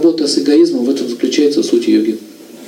работа с эгоизмом, в этом заключается суть йоги.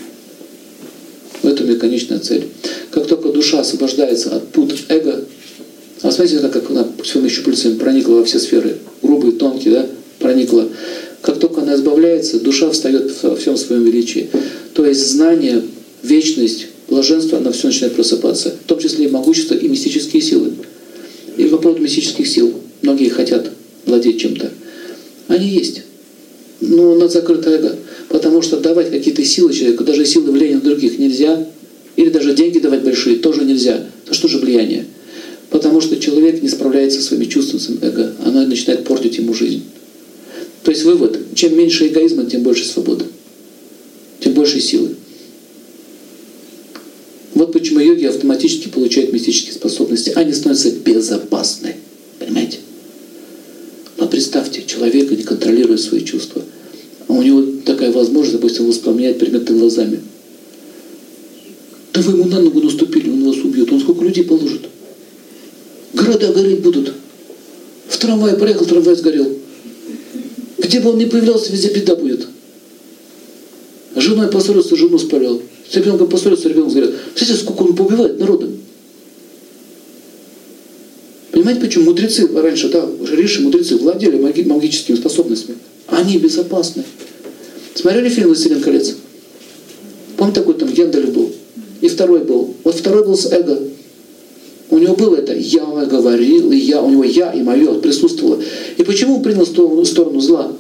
В этом и конечная цель. Как только душа освобождается от пут эго, а смотрите, как она своими щупальцами проникла во все сферы, грубые, тонкие, да, проникла. Как только она избавляется, душа встает во всем своем величии. То есть знание, вечность, блаженство, она все начинает просыпаться. В том числе и могущество, и мистические силы. И по поводу мистических сил. Многие хотят владеть чем-то. Они есть. Но надо закрыто эго. Потому что давать какие-то силы человеку, даже силы влияния на других нельзя. Или даже деньги давать большие тоже нельзя. Это что же влияние? Потому что человек не справляется со своими чувствами эго. Оно начинает портить ему жизнь. То есть вывод. Чем меньше эгоизма, тем больше свободы. Тем больше силы. Вот почему йоги автоматически получают мистические способности. Они становятся безопасны. Понимаете? Но представьте, человек не контролирует свои чувства. А у него такая возможность, допустим, воспламенять предметы глазами. Да вы ему на ногу наступили, он вас убьет. Он сколько людей положит? Города гореть будут. В трамвай проехал, трамвай сгорел. Где бы он ни появлялся, везде беда будет. С женой поссорился, жену спалил. С ребенком поссорился, ребенок сгорел. Смотрите, сколько он поубивает народа. Понимаете, почему мудрецы раньше, да, риши, мудрецы владели магическими способностями? Они безопасны. Смотрели фильм «Властелин колец»? Помните, такой там Гендальф был? И второй был. Вот второй был с эго. У него было это «я говорил», и «я», у него «я» и «моё» присутствовало. И почему он принял сторону зла?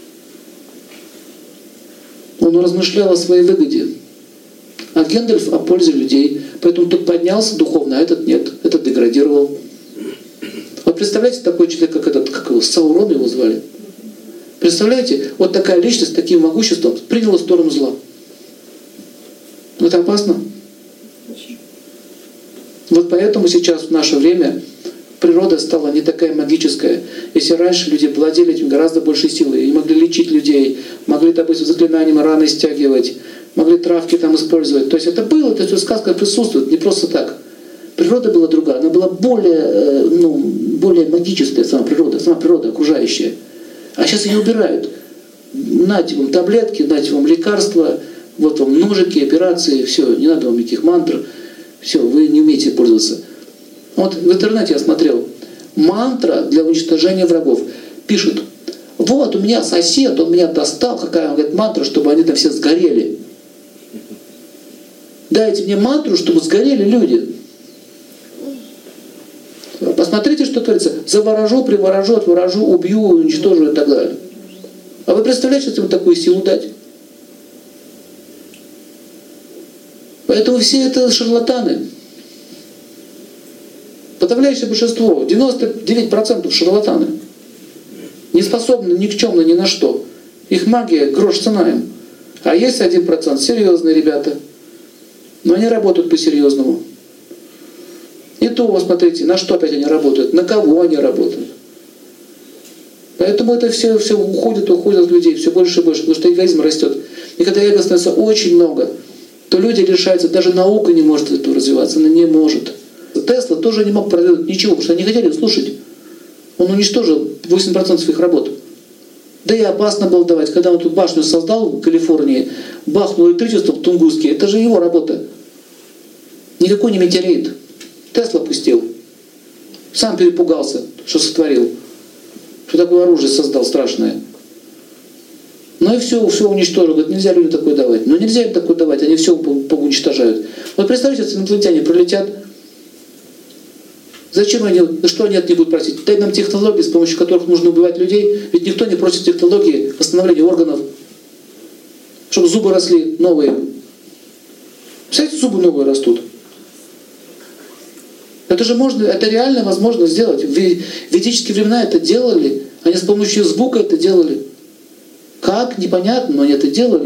Он размышлял о своей выгоде. А Гендальф о пользе людей. Поэтому тот поднялся духовно, а этот нет. Этот деградировал. Вот представляете, такой человек, как его, Саурон его звали. Представляете, вот такая личность, таким могуществом приняла сторону зла. Это опасно. Вот поэтому сейчас в наше время природа стала не такая магическая. Если раньше люди владели этим гораздо большей силой и могли лечить людей, могли, допустим, заклинанием раны стягивать, могли травки там использовать. То есть это было, то есть сказка присутствует, не просто так. Природа была другая, она была более магическая, сама природа окружающая. А сейчас ее убирают. Нате вам таблетки, нате вам лекарства, вот вам ножики, операции, все, не надо вам никаких мантр, все, вы не умеете пользоваться. Вот в интернете я смотрел, мантра для уничтожения врагов. Пишут, вот у меня сосед, он меня достал, какая он говорит мантра, чтобы они там все сгорели. Дайте мне мантру, чтобы сгорели люди. Посмотрите, что творится. Заворожу, приворожу, отворожу, убью, уничтожу и так далее. А вы представляете, что ему такую силу дать? Поэтому все это шарлатаны. Подавляющее большинство, 99% шарлатаны. Не способны никчемно ни на что. Их магия грош цена им. А есть 1% серьезные ребята. Но они работают по-серьезному. И то, смотрите, на что опять они работают, на кого они работают. Поэтому это все уходит от людей, все больше и больше, потому что эгоизм растет. И когда эго становится очень много, то люди лишаются, даже наука не может этого развиваться, она не может. Тесла тоже не мог продвинуть ничего, потому что они не хотели слушать. Он уничтожил 8% своих работ. Да и опасно было давать. Когда он тут башню создал в Калифорнии, бахнул электричество в Тунгуске, это же его работа. Никакой не метеорит. Тесла пустил. Сам перепугался, что сотворил. Что такое оружие создал страшное. Ну и все уничтожил. Говорит, нельзя людям такое давать. Но нельзя им такое давать, они все уничтожают. Вот представьте, если инопланетяне прилетят, зачем они, что они от них будут просить? Дай нам технологии, с помощью которых нужно убивать людей. Ведь никто не просит технологии восстановления органов, чтобы зубы росли новые. Представляете, зубы новые растут. Это же можно, это реально возможно сделать. В ведические времена это делали. Они с помощью звука это делали. Как? Непонятно, но они это делали.